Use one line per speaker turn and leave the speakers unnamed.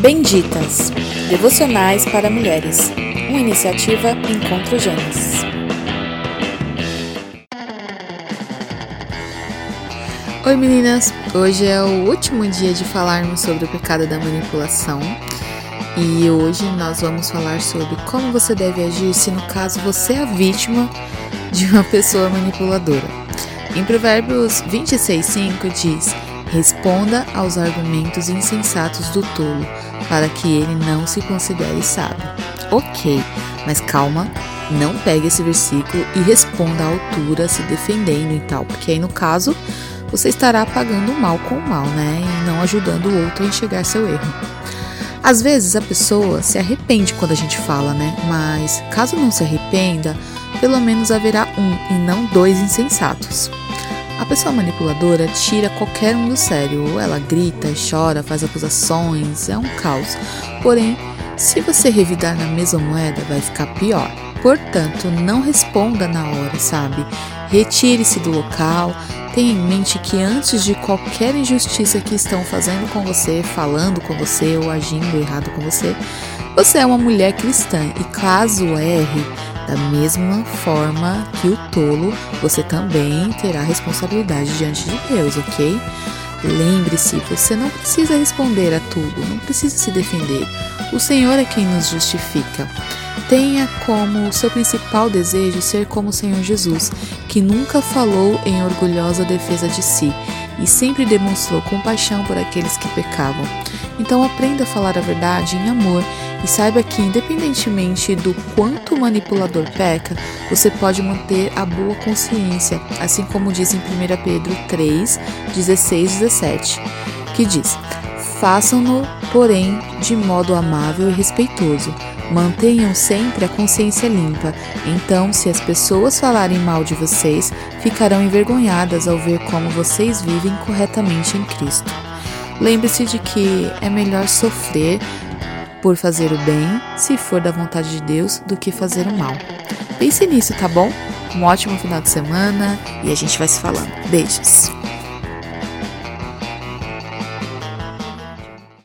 Benditas, devocionais para mulheres, uma iniciativa Encontro Gênesis. Oi meninas, hoje é o último dia de falarmos sobre o pecado da manipulação e hoje nós vamos falar sobre como você deve agir se no caso você é a vítima de uma pessoa manipuladora. Em Provérbios 26:5 diz: responda aos argumentos insensatos do tolo, para que ele não se considere sábio. Ok, mas calma, não pegue esse versículo e responda à altura se defendendo e tal, porque aí no caso você estará pagando o mal com o mal, né? E não ajudando o outro a enxergar seu erro. Às vezes a pessoa se arrepende quando a gente fala, né? Mas caso não se arrependa, pelo menos haverá um e não dois insensatos. A pessoa manipuladora tira qualquer um do sério, ou ela grita, chora, faz acusações, é um caos. Porém, se você revidar na mesma moeda, vai ficar pior. Portanto, não responda na hora, sabe? Retire-se do local, tenha em mente que antes de qualquer injustiça que estão fazendo com você, falando com você ou agindo errado com você, você é uma mulher cristã e caso erre, da mesma forma que o tolo, você também terá responsabilidade diante de Deus, ok? Lembre-se, você não precisa responder a tudo, não precisa se defender. O Senhor é quem nos justifica. Tenha como seu principal desejo ser como o Senhor Jesus, que nunca falou em orgulhosa defesa de si e sempre demonstrou compaixão por aqueles que pecavam. Então aprenda a falar a verdade em amor e saiba que, independentemente do quanto o manipulador peca, você pode manter a boa consciência, assim como diz em 1 Pedro 3, 16 e 17, que diz: façam-no, porém, de modo amável e respeitoso. Mantenham sempre a consciência limpa, então se as pessoas falarem mal de vocês, ficarão envergonhadas ao ver como vocês vivem corretamente em Cristo. Lembre-se de que é melhor sofrer por fazer o bem, se for da vontade de Deus, do que fazer o mal. Pense nisso, tá bom? Um ótimo final de semana e a gente vai se falando. Beijos!